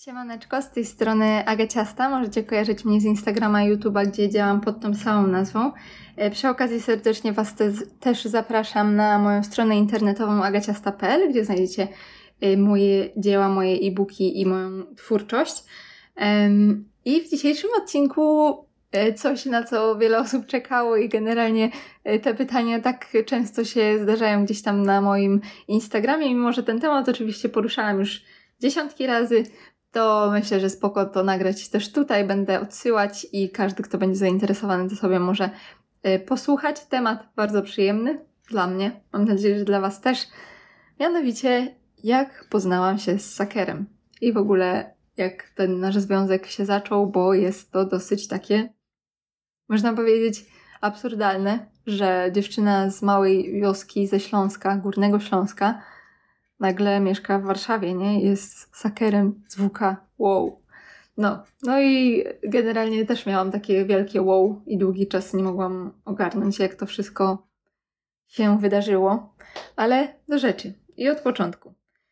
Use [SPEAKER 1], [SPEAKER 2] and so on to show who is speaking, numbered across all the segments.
[SPEAKER 1] Siemaneczko, z tej strony Aga Ciasta. Możecie kojarzyć mnie z Instagrama, YouTube'a, gdzie działam pod tą samą nazwą. Przy okazji serdecznie Was też zapraszam na moją stronę internetową agaciasta.pl, gdzie znajdziecie moje dzieła, moje e-booki i moją twórczość. I w dzisiejszym odcinku coś, na co wiele osób czekało i generalnie te pytania tak często się zdarzają gdzieś tam na moim Instagramie, mimo że ten temat oczywiście poruszałam już dziesiątki razy, to myślę, że spoko to nagrać też tutaj. Będę odsyłać i każdy, kto będzie zainteresowany, to sobie może posłuchać. Temat bardzo przyjemny dla mnie. Mam nadzieję, że dla Was też. Mianowicie, jak poznałam się z Sakerem. I w ogóle, jak ten nasz związek się zaczął, bo jest to dosyć takie, można powiedzieć, absurdalne, że dziewczyna z małej wioski ze Śląska, Górnego Śląska, nagle mieszka w Warszawie, nie? Jest Sakerem z WK. Wow. No i generalnie też miałam takie wielkie wow i długi czas nie mogłam ogarnąć, jak to wszystko się wydarzyło. Ale do rzeczy. I od początku.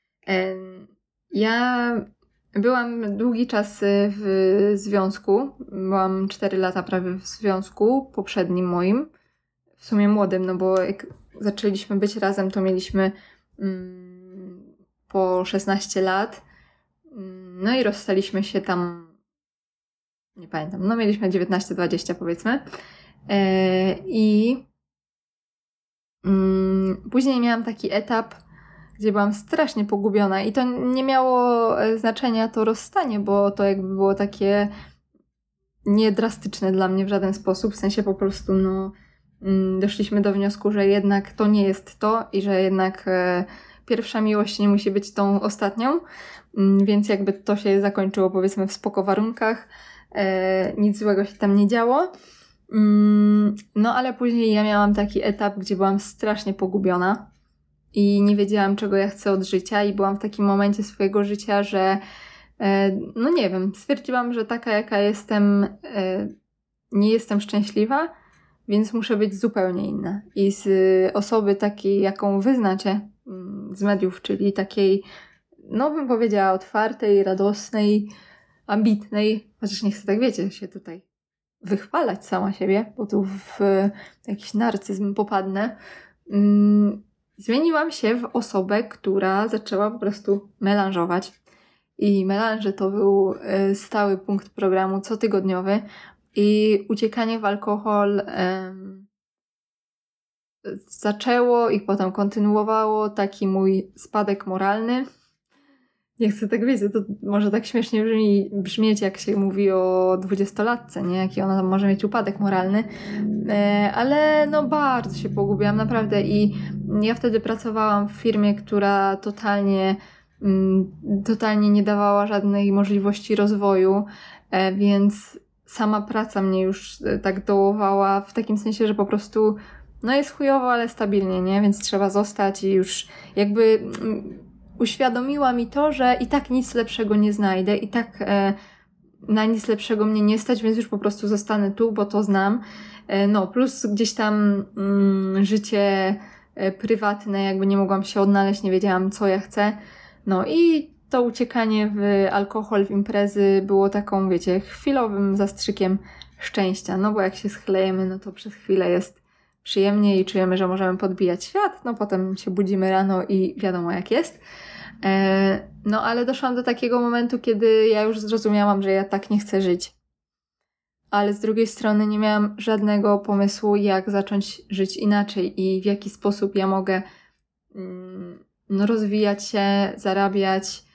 [SPEAKER 1] Ja byłam długi czas w związku. Byłam 4 lata prawie w związku poprzednim moim. W sumie młodym, no bo jak zaczęliśmy być razem, to mieliśmy po 16 lat. No i rozstaliśmy się tam, nie pamiętam, no mieliśmy 19-20 powiedzmy. I później miałam taki etap, gdzie byłam strasznie pogubiona i to nie miało znaczenia to rozstanie, bo to jakby było takie niedrastyczne dla mnie w żaden sposób, w sensie po prostu doszliśmy do wniosku, że jednak to nie jest to i że jednak pierwsza miłość nie musi być tą ostatnią, więc jakby to się zakończyło powiedzmy w spoko warunkach, nic złego się tam nie działo. No ale później ja miałam taki etap, gdzie byłam strasznie pogubiona i nie wiedziałam, czego ja chcę od życia i byłam w takim momencie swojego życia, że no nie wiem, stwierdziłam, że taka jaka jestem, nie jestem szczęśliwa, więc muszę być zupełnie inna. I z osoby takiej, jaką wy znacie z mediów, czyli takiej, no bym powiedziała, otwartej, radosnej, ambitnej, chociaż nie chcę tak, wiecie, się tutaj wychwalać sama siebie, bo tu w jakiś narcyzm popadnę. Zmieniłam się w osobę, która zaczęła po prostu melanżować. I melanże to był stały punkt programu cotygodniowy i uciekanie w alkohol zaczęło i potem kontynuowało taki mój spadek moralny. Nie chcę tak, wiecie, to może tak śmiesznie brzmieć, jak się mówi o 20-latce, nie? Jaki ona tam może mieć upadek moralny. Ale no bardzo się pogubiłam, naprawdę. I ja wtedy pracowałam w firmie, która totalnie nie dawała żadnej możliwości rozwoju, więc sama praca mnie już tak dołowała w takim sensie, że po prostu no jest chujowo, ale stabilnie, nie? Więc trzeba zostać i już jakby uświadomiła mi to, że i tak nic lepszego nie znajdę, i tak na nic lepszego mnie nie stać, więc już po prostu zostanę tu, bo to znam. No, plus gdzieś tam życie prywatne, jakby nie mogłam się odnaleźć, nie wiedziałam, co ja chcę. No i to uciekanie w alkohol, w imprezy było taką, wiecie, chwilowym zastrzykiem szczęścia, no bo jak się schlejemy, no to przez chwilę jest przyjemnie i czujemy, że możemy podbijać świat, no potem się budzimy rano i wiadomo jak jest. No ale doszłam do takiego momentu, kiedy ja już zrozumiałam, że ja tak nie chcę żyć. Ale z drugiej strony nie miałam żadnego pomysłu, jak zacząć żyć inaczej i w jaki sposób ja mogę rozwijać się, zarabiać.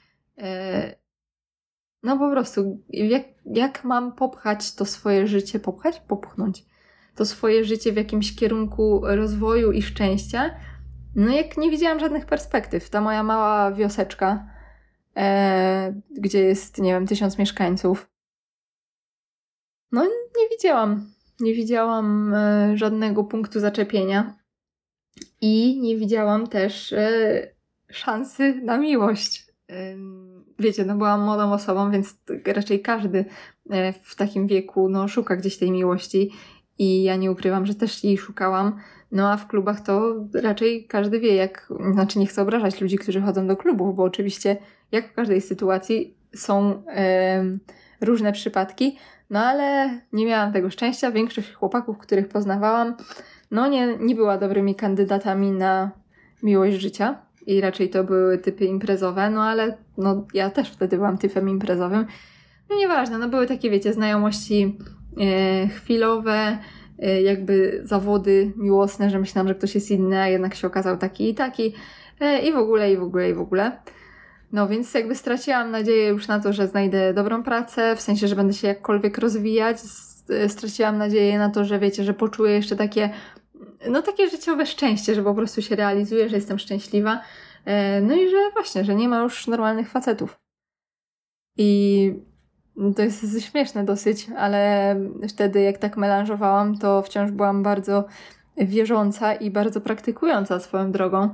[SPEAKER 1] No po prostu, jak mam popchać to swoje życie, popchnąć to swoje życie w jakimś kierunku rozwoju i szczęścia. No jak nie widziałam żadnych perspektyw. Ta moja mała wioseczka, gdzie jest, nie wiem, 1000 mieszkańców. No nie widziałam żadnego punktu zaczepienia i nie widziałam też szansy na miłość. Wiecie, no byłam młodą osobą, więc raczej każdy w takim wieku szuka gdzieś tej miłości i ja nie ukrywam, że też jej szukałam. No a w klubach to raczej każdy wie, nie chcę obrażać ludzi, którzy chodzą do klubów, bo oczywiście jak w każdej sytuacji są różne przypadki, no ale nie miałam tego szczęścia. Większość chłopaków, których poznawałam, no nie była dobrymi kandydatami na miłość życia i raczej to były typy imprezowe, no ale no, ja też wtedy byłam typem imprezowym. No nieważne, no były takie, wiecie, znajomości chwilowe, jakby zawody miłosne, że myślałam, że ktoś jest inny, a jednak się okazał taki i taki i w ogóle. No więc jakby straciłam nadzieję już na to, że znajdę dobrą pracę, w sensie, że będę się jakkolwiek rozwijać. Straciłam nadzieję na to, że wiecie, że poczuję jeszcze takie życiowe szczęście, że po prostu się realizuję, że jestem szczęśliwa. No i że właśnie, że nie ma już normalnych facetów. I to jest śmieszne dosyć, ale wtedy jak tak melanżowałam, to wciąż byłam bardzo wierząca i bardzo praktykująca swoją drogą.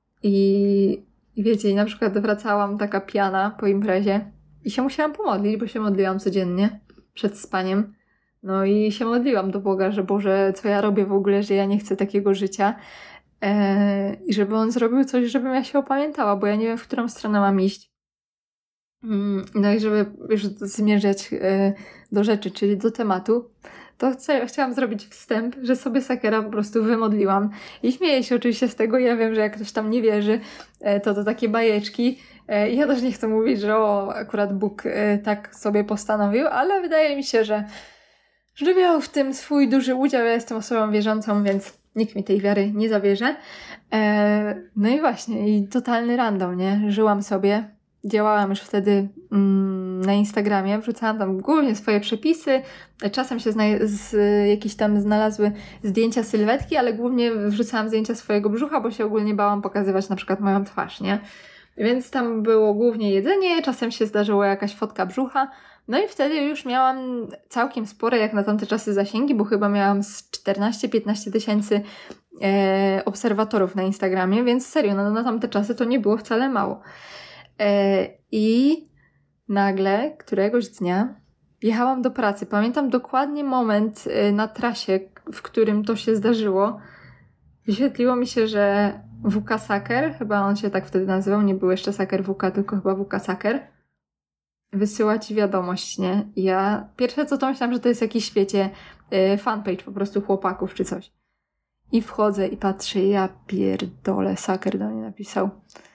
[SPEAKER 1] I wiecie, na przykład wracałam taka pijana po imprezie i się musiałam pomodlić, bo się modliłam codziennie przed spaniem. No i się modliłam do Boga, że Boże, co ja robię w ogóle, że ja nie chcę takiego życia. I żeby On zrobił coś, żebym ja się opamiętała, bo ja nie wiem, w którą stronę mam iść. No i żeby już zmierzać do rzeczy, czyli do tematu, to chciałam zrobić wstęp, że sobie Sakera po prostu wymodliłam. I śmieję się oczywiście z tego, ja wiem, że jak ktoś tam nie wierzy, to takie bajeczki. Ja też nie chcę mówić, że akurat Bóg tak sobie postanowił, ale wydaje mi się, że miał w tym swój duży udział. Ja jestem osobą wierzącą, więc nikt mi tej wiary nie zabierze. No i właśnie, i totalny random, nie? Żyłam sobie. Działałam już wtedy na Instagramie, wrzucałam tam głównie swoje przepisy, czasem się jakieś tam znalazły zdjęcia sylwetki, ale głównie wrzucałam zdjęcia swojego brzucha, bo się ogólnie bałam pokazywać na przykład moją twarz, nie? Więc tam było głównie jedzenie, czasem się zdarzyła jakaś fotka brzucha, no i wtedy już miałam całkiem spore jak na tamte czasy zasięgi, bo chyba miałam z 14-15 tysięcy obserwatorów na Instagramie, więc serio, na tamte czasy to nie było wcale mało. I nagle któregoś dnia jechałam do pracy. Pamiętam dokładnie moment na trasie, w którym to się zdarzyło. Wyświetliło mi się, że WK Saker, chyba on się tak wtedy nazywał, nie był jeszcze Saker WK, tylko chyba WK Saker, wysyła ci wiadomość, nie? I ja pierwsze co to myślałam, że to jest jakiś, wiecie, fanpage po prostu chłopaków czy coś. I wchodzę i patrzę, ja pierdolę, Saker do mnie napisał.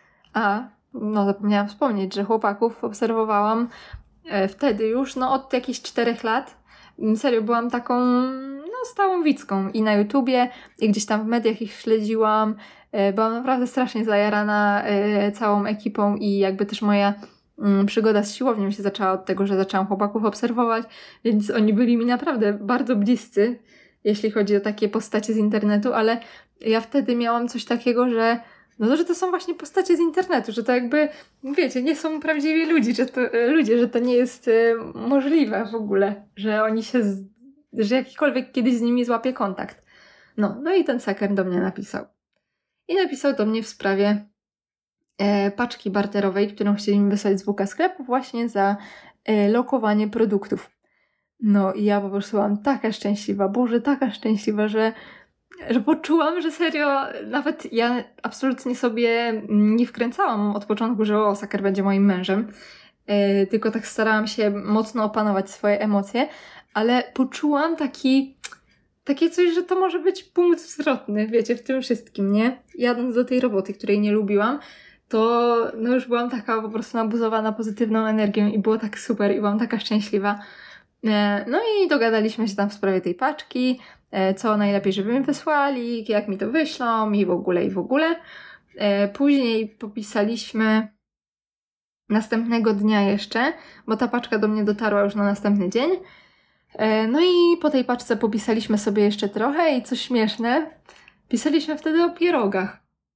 [SPEAKER 1] Zapomniałam wspomnieć, że chłopaków obserwowałam wtedy już, od jakichś 4 lat. Serio, byłam taką, stałą widzką i na YouTubie, i gdzieś tam w mediach ich śledziłam. Byłam naprawdę strasznie zajarana całą ekipą i jakby też moja przygoda z siłownią się zaczęła od tego, że zaczęłam chłopaków obserwować, więc oni byli mi naprawdę bardzo bliscy, jeśli chodzi o takie postacie z internetu, ale ja wtedy miałam coś takiego, że że to są właśnie postacie z internetu, że to jakby, wiecie, nie są prawdziwi ludzie, że to nie jest możliwe w ogóle, że oni że jakikolwiek kiedyś z nimi złapie kontakt. No i ten Saker do mnie napisał. I napisał do mnie w sprawie paczki barterowej, którą chcieli mi wysłać z WK Sklepu właśnie za lokowanie produktów. No i ja po prostu byłam taka szczęśliwa, Boże, taka szczęśliwa, że poczułam, że serio, nawet ja absolutnie sobie nie wkręcałam od początku, że Saker będzie moim mężem, tylko tak starałam się mocno opanować swoje emocje, ale poczułam takie coś, że to może być punkt zwrotny, wiecie, w tym wszystkim, nie? Jadąc do tej roboty, której nie lubiłam, to już byłam taka po prostu nabuzowana pozytywną energią i było tak super i byłam taka szczęśliwa. No i dogadaliśmy się tam w sprawie tej paczki, co najlepiej, żeby mi wysłali, jak mi to wyślą i w ogóle. Później popisaliśmy następnego dnia jeszcze, bo ta paczka do mnie dotarła już na następny dzień. No i po tej paczce popisaliśmy sobie jeszcze trochę i co śmieszne, pisaliśmy wtedy o pierogach.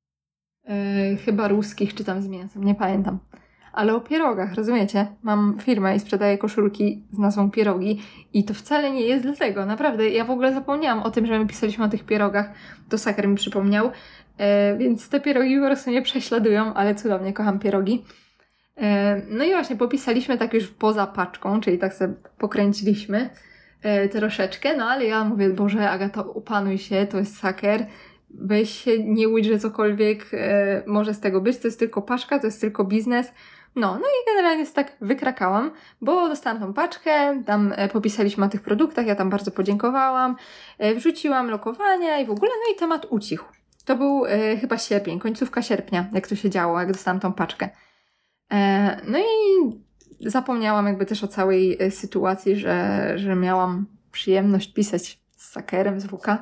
[SPEAKER 1] Chyba ruskich czy tam z mięsem, nie pamiętam. Ale o pierogach, rozumiecie? Mam firmę i sprzedaję koszulki z nazwą Pierogi i to wcale nie jest dlatego, naprawdę. Ja w ogóle zapomniałam o tym, że my pisaliśmy o tych pierogach, to Saker mi przypomniał, więc te pierogi po prostu mnie prześladują, ale cudownie, kocham pierogi. No i właśnie popisaliśmy tak już poza paczką, czyli tak sobie pokręciliśmy troszeczkę, ale ja mówię, Boże, Agato, opanuj się, to jest Saker, weź się, nie łudź, że cokolwiek może z tego być, to jest tylko paczka, to jest tylko biznes, No i generalnie tak wykrakałam, bo dostałam tą paczkę, tam popisaliśmy o tych produktach, ja tam bardzo podziękowałam, wrzuciłam lokowania i w ogóle, no i temat ucichł. To był chyba sierpień, końcówka sierpnia, jak to się działo, jak dostałam tą paczkę. No i zapomniałam jakby też o całej sytuacji, że miałam przyjemność pisać z Sakerem z WK.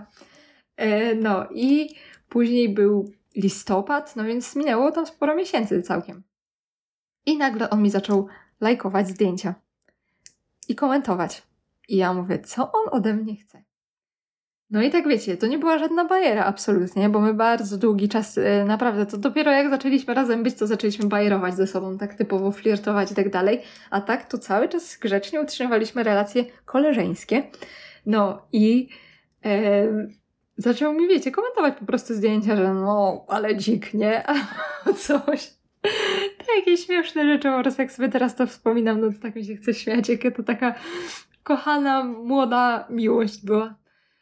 [SPEAKER 1] No i później był listopad, no więc minęło tam sporo miesięcy całkiem. I nagle on mi zaczął lajkować zdjęcia i komentować. I ja mówię, co on ode mnie chce? No i tak wiecie, to nie była żadna bajera absolutnie, bo my bardzo długi czas, naprawdę, to dopiero jak zaczęliśmy razem być, to zaczęliśmy bajerować ze sobą, tak typowo flirtować i tak dalej. A tak to cały czas grzecznie utrzymywaliśmy relacje koleżeńskie. No i zaczął mi, wiecie, komentować po prostu zdjęcia, że no, ale dzik, nie? Albo coś. Takie śmieszne rzeczy, po prostu jak sobie teraz to wspominam, no to tak mi się chce śmiać, jakie to taka kochana, młoda miłość była.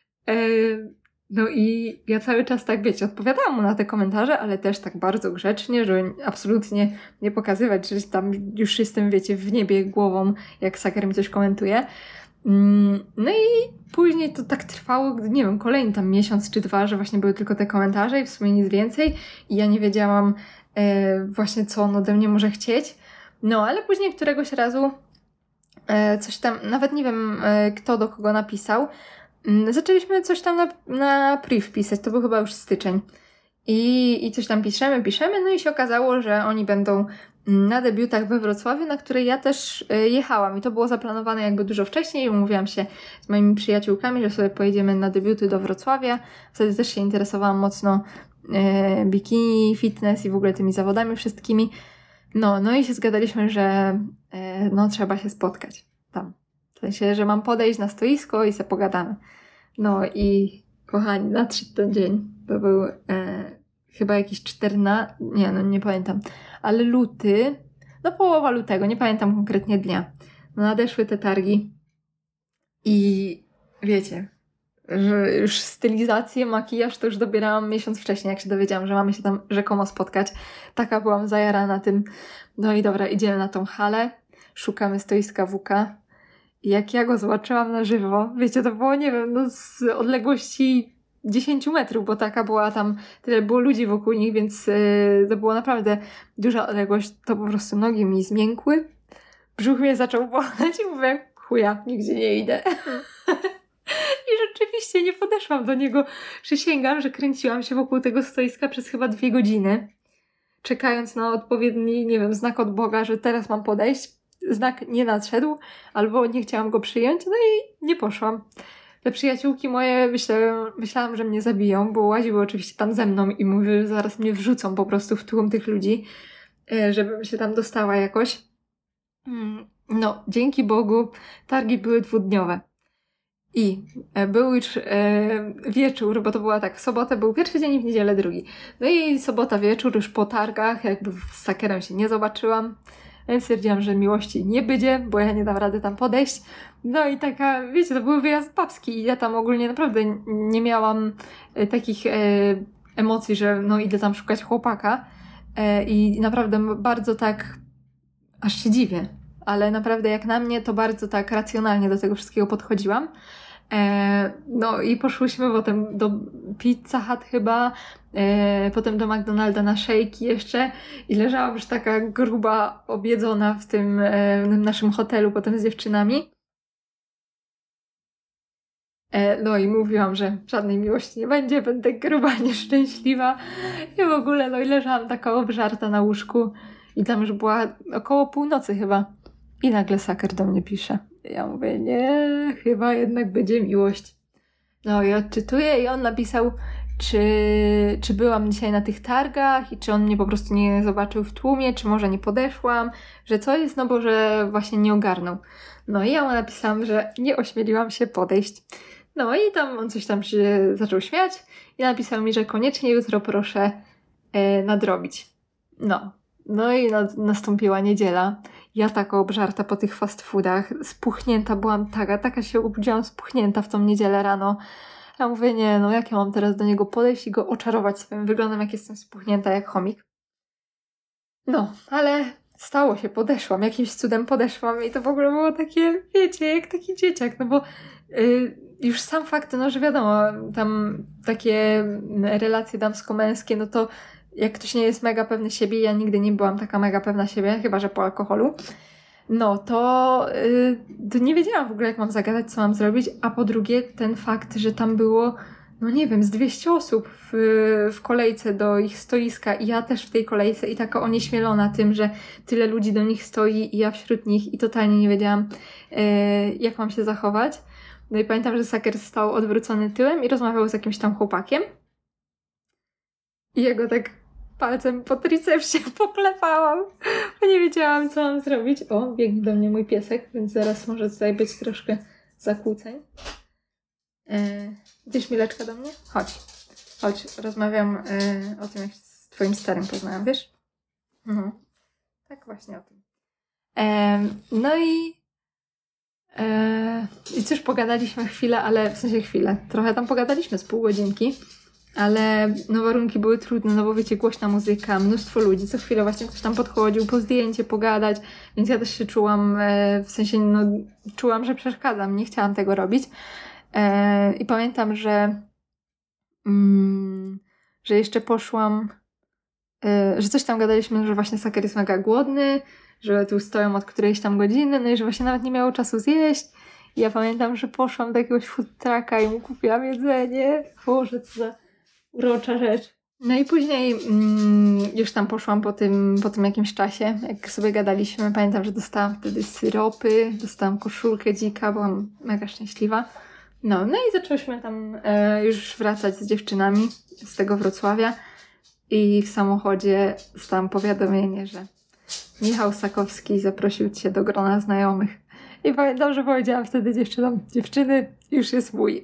[SPEAKER 1] No i ja cały czas tak, wiecie, odpowiadałam mu na te komentarze, ale też tak bardzo grzecznie, żeby absolutnie nie pokazywać, że tam już jestem, wiecie, w niebie głową, jak Saker mi coś komentuje. No i później to tak trwało, nie wiem, kolejny tam miesiąc czy 2, że właśnie były tylko te komentarze i w sumie nic więcej i ja nie wiedziałam właśnie, co on ode mnie może chcieć. No, ale później któregoś razu coś tam, nawet nie wiem, kto do kogo napisał, zaczęliśmy coś tam na priv pisać, to był chyba już styczeń. I coś tam piszemy, no i się okazało, że oni będą na debiutach we Wrocławiu, na które ja też jechałam. I to było zaplanowane jakby dużo wcześniej. Umówiłam się z moimi przyjaciółkami, że sobie pojedziemy na debiuty do Wrocławia. Wtedy też się interesowałam mocno bikini, fitness i w ogóle tymi zawodami wszystkimi. No i się zgadaliśmy, że no trzeba się spotkać tam. W sensie, że mam podejść na stoisko i se pogadamy. No i kochani, nadszedł ten dzień. To był chyba jakiś 14... nie pamiętam. Ale luty, no połowa lutego, nie pamiętam konkretnie dnia. No nadeszły te targi i wiecie, że już stylizację, makijaż to już dobierałam miesiąc wcześniej, jak się dowiedziałam, że mamy się tam rzekomo spotkać. Taka byłam zajarana tym. No i dobra, idziemy na tą halę, szukamy stoiska WK. I jak ja go zobaczyłam na żywo, wiecie, to było, nie wiem, no z odległości 10 metrów, bo taka była tam, tyle było ludzi wokół nich, więc to była naprawdę duża odległość, to po prostu nogi mi zmiękły, brzuch mnie zaczął boleć i mówię, chuja, nigdzie nie idę. I rzeczywiście nie podeszłam do niego. Przysięgam, że kręciłam się wokół tego stoiska przez chyba 2 godziny, czekając na odpowiedni, nie wiem, znak od Boga, że teraz mam podejść. Znak nie nadszedł, albo nie chciałam go przyjąć, no i nie poszłam. Te przyjaciółki moje, myślałam, że mnie zabiją, bo łaziły oczywiście tam ze mną i mówiły, że zaraz mnie wrzucą po prostu w tłum tych ludzi, żebym się tam dostała jakoś. No, dzięki Bogu targi były 2-dniowe. I był już wieczór, bo to była tak, w sobotę był pierwszy dzień i w niedzielę drugi. No i sobota wieczór, już po targach, jakby z Sakerem się nie zobaczyłam. Więc stwierdziłam, że miłości nie będzie, bo ja nie dam rady tam podejść. No i taka, wiecie, to był wyjazd babski i ja tam ogólnie naprawdę nie miałam takich emocji, że no idę tam szukać chłopaka. I naprawdę bardzo tak, aż się dziwię, ale naprawdę jak na mnie, to bardzo tak racjonalnie do tego wszystkiego podchodziłam. No i poszłyśmy potem do Pizza Hut chyba, potem do McDonalda na szejki jeszcze i leżałam już taka gruba, objedzona w tym naszym hotelu potem z dziewczynami. No i mówiłam, że żadnej miłości nie będzie, będę gruba, nieszczęśliwa i w ogóle, no i leżałam taka obżarta na łóżku i tam już była około północy chyba i nagle Saker do mnie pisze. Ja mówię, nie, chyba jednak będzie miłość. No i odczytuję i on napisał, czy byłam dzisiaj na tych targach i czy on mnie po prostu nie zobaczył w tłumie, czy może nie podeszłam, że co jest, no bo że właśnie nie ogarnął. No i ja mu napisałam, że nie ośmieliłam się podejść. No i tam on coś tam się zaczął śmiać i napisał mi, że koniecznie jutro proszę nadrobić. No i nastąpiła niedziela. Ja taka obżarta po tych fast foodach, spuchnięta byłam taka się obudziłam spuchnięta w tą niedzielę rano. Ja mówię, nie, no jak ja mam teraz do niego podejść i go oczarować swoim wyglądem, jak jestem spuchnięta jak chomik. No, ale stało się, podeszłam, jakimś cudem podeszłam i to w ogóle było takie, wiecie, jak taki dzieciak, no bo już sam fakt, no, że wiadomo, tam takie relacje damsko-męskie, no to jak ktoś nie jest mega pewny siebie, ja nigdy nie byłam taka mega pewna siebie, chyba że po alkoholu, no to nie wiedziałam w ogóle, jak mam zagadać, co mam zrobić, a po drugie ten fakt, że tam było, no nie wiem, z 200 osób w kolejce do ich stoiska i ja też w tej kolejce i taka onieśmielona tym, że tyle ludzi do nich stoi i ja wśród nich i totalnie nie wiedziałam, jak mam się zachować. No i pamiętam, że Saker stał odwrócony tyłem i rozmawiał z jakimś tam chłopakiem i jego tak palcem po tricepsie poklepałam, bo nie wiedziałam, co mam zrobić. O, biegnie do mnie mój piesek, więc zaraz może tutaj być troszkę zakłóceń. Idziesz, Mileczka, do mnie? Chodź, rozmawiam o tym, jak się z twoim starym poznałam, wiesz? Mhm. Tak właśnie o tym. No i cóż, pogadaliśmy chwilę, ale w sensie chwilę. Trochę tam pogadaliśmy z pół godzinki, ale no warunki były trudne, no bo wiecie, głośna muzyka, mnóstwo ludzi, co chwilę właśnie ktoś tam podchodził po zdjęcie, pogadać, więc ja też się czułam, w sensie no czułam, że przeszkadzam, nie chciałam tego robić. I pamiętam, że jeszcze poszłam, że coś tam gadaliśmy, że właśnie Saker jest mega głodny, że tu stoją od którejś tam godziny, no i że właśnie nawet nie miało czasu zjeść. I ja pamiętam, że poszłam do jakiegoś food trucka i mu kupiłam jedzenie. Boże, co za urocza rzecz. No i później już tam poszłam po tym jakimś czasie, jak sobie gadaliśmy. Pamiętam, że dostałam wtedy syropy, dostałam koszulkę dzika, byłam mega szczęśliwa. No i zaczęłyśmy tam już wracać z dziewczynami z tego Wrocławia i w samochodzie dostałam powiadomienie, że Michał Sakowski zaprosił cię do grona znajomych. I pamiętam, że powiedziałam wtedy dziewczynom, dziewczyny, już jest mój.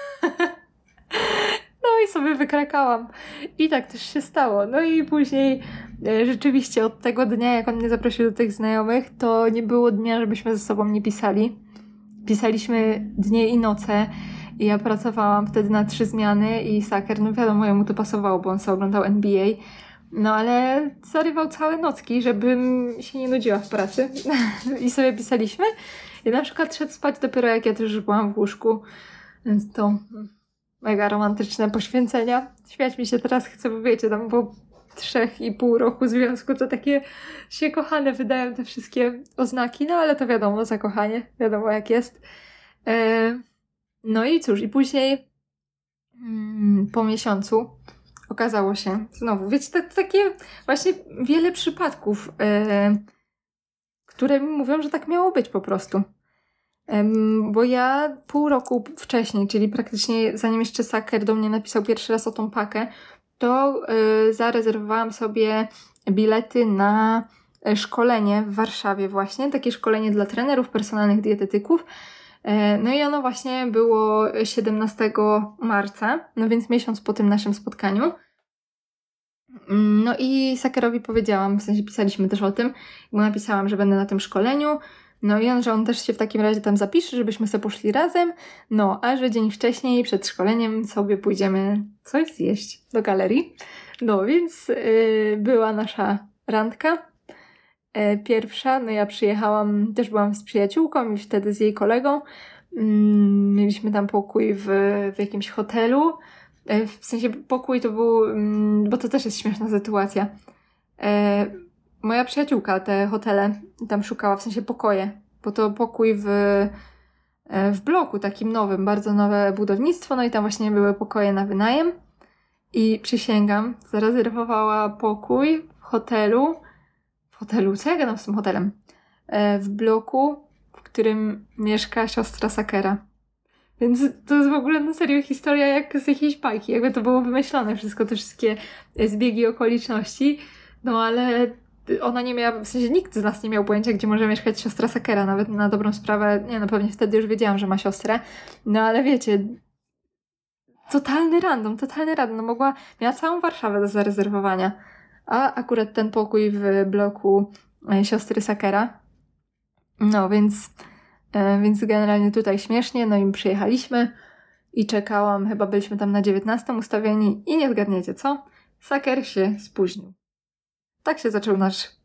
[SPEAKER 1] No i sobie wykrakałam. I tak też się stało. No i później rzeczywiście od tego dnia, jak on mnie zaprosił do tych znajomych, to nie było dnia, żebyśmy ze sobą nie pisali. Pisaliśmy dnie i noce i ja pracowałam wtedy na 3 zmiany i Saker, no wiadomo, jemu to pasowało, bo on sobie oglądał NBA. No ale zarywał całe nocki, żebym się nie nudziła w pracy. I sobie pisaliśmy. I na przykład szedł spać dopiero jak ja też już byłam w łóżku. Więc to mega romantyczne poświęcenia. Śmiać mi się teraz chce, bo wiecie, tam po 3,5 roku związku to takie się kochane wydają te wszystkie oznaki. No ale to wiadomo, zakochanie. Wiadomo jak jest. No i cóż, i później po miesiącu okazało się, znowu, wiecie, takie właśnie wiele przypadków, które mi mówią, że tak miało być po prostu. Bo ja pół roku wcześniej, czyli praktycznie zanim jeszcze Saker do mnie napisał pierwszy raz o tą pakę, to zarezerwowałam sobie bilety na szkolenie w Warszawie właśnie, takie szkolenie dla trenerów, personalnych dietetyków. No i ono właśnie było 17 marca, no więc miesiąc po tym naszym spotkaniu. No i Sakerowi powiedziałam, w sensie pisaliśmy też o tym, bo napisałam, że będę na tym szkoleniu, no i on, że on też się w takim razie tam zapisze, żebyśmy sobie poszli razem, no a że dzień wcześniej, przed szkoleniem sobie pójdziemy coś zjeść do galerii. No więc była nasza randka pierwsza, no ja przyjechałam, też byłam z przyjaciółką i wtedy z jej kolegą, mieliśmy tam pokój w jakimś hotelu. W sensie pokój to był, bo to też jest śmieszna sytuacja. Moja przyjaciółka te hotele tam szukała, w sensie pokoje, bo to pokój w bloku takim nowym, bardzo nowe budownictwo, no i tam właśnie były pokoje na wynajem i przysięgam, zarezerwowała pokój w hotelu, co ja gadam z tym hotelem? W bloku, w którym mieszka siostra Sakera. Więc to jest w ogóle na serio historia jak z jakiejś bajki. Jakby to było wymyślone wszystko, te wszystkie zbiegi okoliczności. No ale ona nie miała, w sensie nikt z nas nie miał pojęcia, gdzie może mieszkać siostra Sakera. Nawet na dobrą sprawę, nie no, pewnie wtedy już wiedziałam, że ma siostrę. No ale wiecie, totalny random. No miała całą Warszawę do zarezerwowania. A akurat ten pokój w bloku siostry Sakera. No więc generalnie tutaj śmiesznie, no i przyjechaliśmy i czekałam, chyba byliśmy tam na 19 ustawieni i nie zgadniecie co? Saker się spóźnił. Tak się zaczął nasz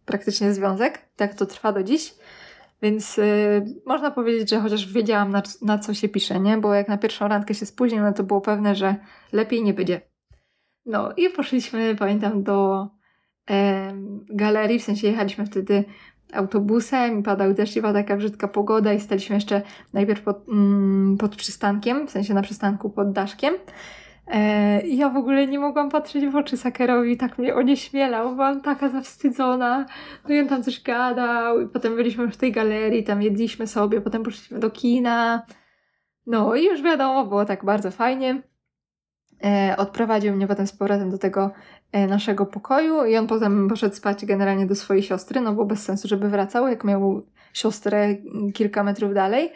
[SPEAKER 1] praktycznie związek. Tak to trwa do dziś. Więc można powiedzieć, że chociaż wiedziałam na co się pisze, nie? Bo jak na pierwszą randkę się spóźnił, no to było pewne, że lepiej nie będzie. No i poszliśmy, pamiętam, do galerii, w sensie jechaliśmy wtedy autobusem i padał deszcz i była taka brzydka pogoda i staliśmy jeszcze najpierw pod przystankiem, w sensie na przystanku pod daszkiem. I ja w ogóle nie mogłam patrzeć w oczy Sakerowi, tak mnie onieśmielał, byłam taka zawstydzona. No i on tam coś gadał i potem byliśmy już w tej galerii, tam jedliśmy sobie, potem poszliśmy do kina. No i już wiadomo, było tak bardzo fajnie. Odprowadził mnie potem z powrotem do tego naszego pokoju i on potem poszedł spać generalnie do swojej siostry, no bo bez sensu, żeby wracał, jak miał siostrę kilka metrów dalej.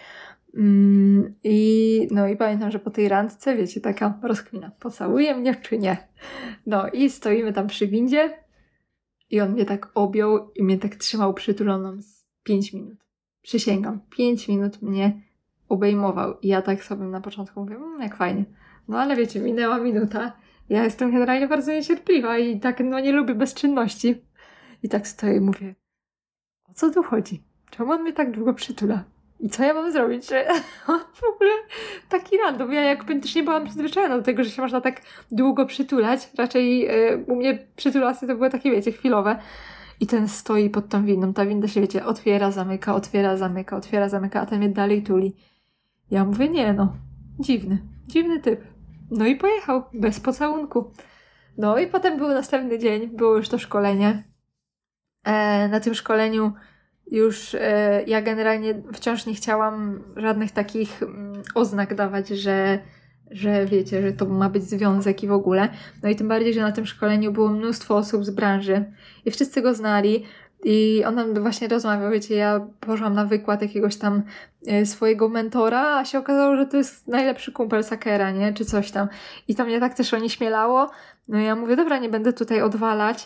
[SPEAKER 1] I pamiętam, że po tej randce, wiecie, taka rozkmina, pocałuje mnie czy nie? No i stoimy tam przy windzie i on mnie tak objął i mnie tak trzymał przytuloną z 5 minut. Przysięgam, 5 minut mnie obejmował i ja tak sobie na początku mówię, jak fajnie. No ale wiecie, minęła minuta. Ja jestem generalnie bardzo niecierpliwa i tak nie lubię bezczynności. I tak stoję i mówię, o co tu chodzi? Czemu on mnie tak długo przytula? I co ja mam zrobić? Że on w ogóle taki random. Ja jakby też nie byłam przyzwyczajona do tego, że się można tak długo przytulać. Raczej u mnie przytulasy to były takie, wiecie, chwilowe. I ten stoi pod tą windą. Ta winda się, wiecie, otwiera, zamyka, otwiera, zamyka, otwiera, zamyka, a ten mnie dalej tuli. Ja mówię, nie no, dziwny typ. No i pojechał, bez pocałunku. No i potem był następny dzień, było już to szkolenie. Na tym szkoleniu już ja generalnie wciąż nie chciałam żadnych takich oznak dawać, że wiecie, że to ma być związek i w ogóle. No i tym bardziej, że na tym szkoleniu było mnóstwo osób z branży i wszyscy go znali. I on nam właśnie rozmawiał, wiecie, ja poszłam na wykład jakiegoś tam swojego mentora, a się okazało, że to jest najlepszy kumpel Sakera, nie? Czy coś tam. I to mnie tak też onieśmielało. No i ja mówię, dobra, nie będę tutaj odwalać,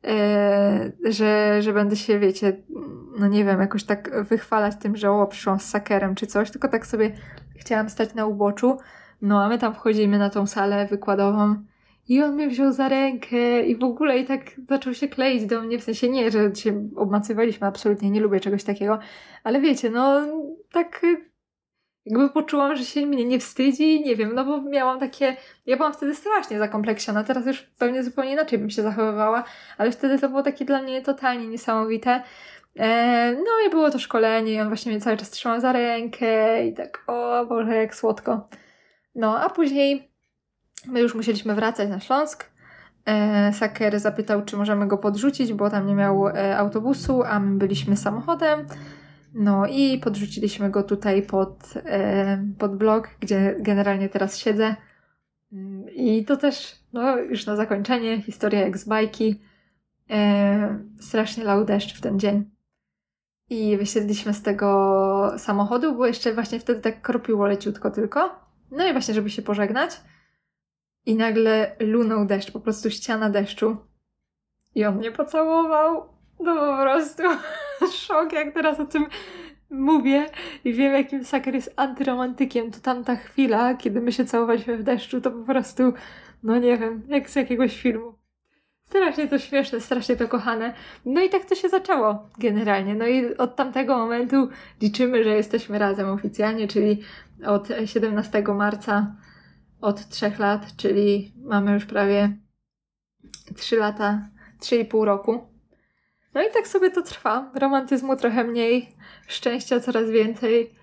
[SPEAKER 1] że będę się, wiecie, no nie wiem, jakoś tak wychwalać tym, że przyszłam z Sakerem czy coś, tylko tak sobie chciałam stać na uboczu. No a my tam wchodzimy na tą salę wykładową i on mnie wziął za rękę i w ogóle i tak zaczął się kleić do mnie, w sensie nie, że się obmacywaliśmy, absolutnie nie lubię czegoś takiego, ale wiecie, no tak jakby poczułam, że się mnie nie wstydzi, nie wiem, no bo miałam takie, ja byłam wtedy strasznie zakompleksiona, teraz już pewnie zupełnie inaczej bym się zachowywała, ale wtedy to było takie dla mnie totalnie niesamowite. No i było to szkolenie i on właśnie mnie cały czas trzymał za rękę i tak, o Boże, jak słodko. No, a później my już musieliśmy wracać na Śląsk. Saker zapytał, czy możemy go podrzucić, bo tam nie miał autobusu, a my byliśmy samochodem. No i podrzuciliśmy go tutaj pod blok, gdzie generalnie teraz siedzę. I to też, no już na zakończenie, historia jak z bajki. Strasznie lał deszcz w ten dzień. I wysiedliśmy z tego samochodu, bo jeszcze właśnie wtedy tak kropiło leciutko tylko. No i właśnie, żeby się pożegnać. I nagle lunął deszcz, po prostu ściana deszczu. I on mnie pocałował. No po prostu szok, jak teraz o tym mówię i wiem, jakim Saker jest antyromantykiem. To tamta chwila, kiedy my się całowaliśmy w deszczu, to po prostu, no nie wiem, jak z jakiegoś filmu. Strasznie to śmieszne, strasznie to kochane. No i tak to się zaczęło generalnie. No i od tamtego momentu liczymy, że jesteśmy razem oficjalnie, czyli od 17 marca, od 3 lat, czyli mamy już prawie 3 lata, 3,5 roku. No i tak sobie to trwa. Romantyzmu trochę mniej, szczęścia coraz więcej.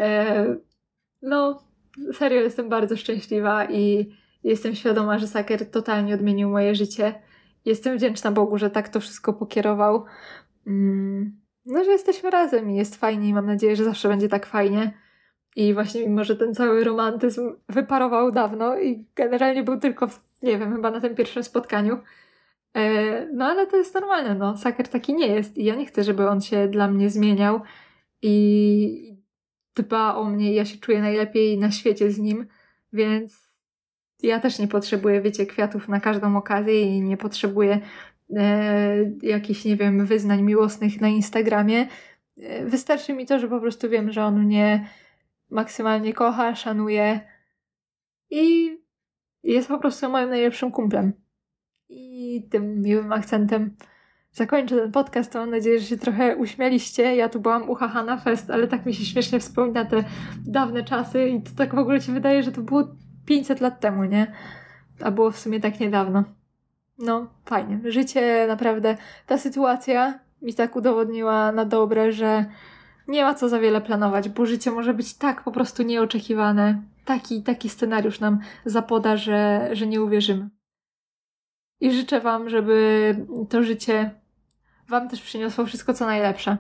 [SPEAKER 1] No, serio jestem bardzo szczęśliwa i jestem świadoma, że Saker totalnie odmienił moje życie. Jestem wdzięczna Bogu, że tak to wszystko pokierował. No, że jesteśmy razem i jest fajnie i mam nadzieję, że zawsze będzie tak fajnie. I właśnie mimo, że ten cały romantyzm wyparował dawno i generalnie był tylko, nie wiem, chyba na tym pierwszym spotkaniu. No ale to jest normalne, no. Saker taki nie jest i ja nie chcę, żeby on się dla mnie zmieniał i dba o mnie i ja się czuję najlepiej na świecie z nim, więc ja też nie potrzebuję, wiecie, kwiatów na każdą okazję i nie potrzebuję jakichś, nie wiem, wyznań miłosnych na Instagramie. Wystarczy mi to, że po prostu wiem, że on mnie maksymalnie kocha, szanuje i jest po prostu moim najlepszym kumplem. I tym miłym akcentem zakończę ten podcast. Mam nadzieję, że się trochę uśmialiście. Ja tu byłam uchachana fest, ale tak mi się śmiesznie wspomina te dawne czasy i to tak w ogóle się wydaje, że to było 500 lat temu, nie? A było w sumie tak niedawno. No, fajnie. Życie naprawdę, ta sytuacja mi tak udowodniła na dobre, że nie ma co za wiele planować, bo życie może być tak po prostu nieoczekiwane. Taki scenariusz nam zapoda, że nie uwierzymy. I życzę Wam, żeby to życie Wam też przyniosło wszystko, co najlepsze.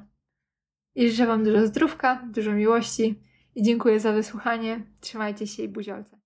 [SPEAKER 1] I życzę Wam dużo zdrówka, dużo miłości i dziękuję za wysłuchanie. Trzymajcie się i buziolce.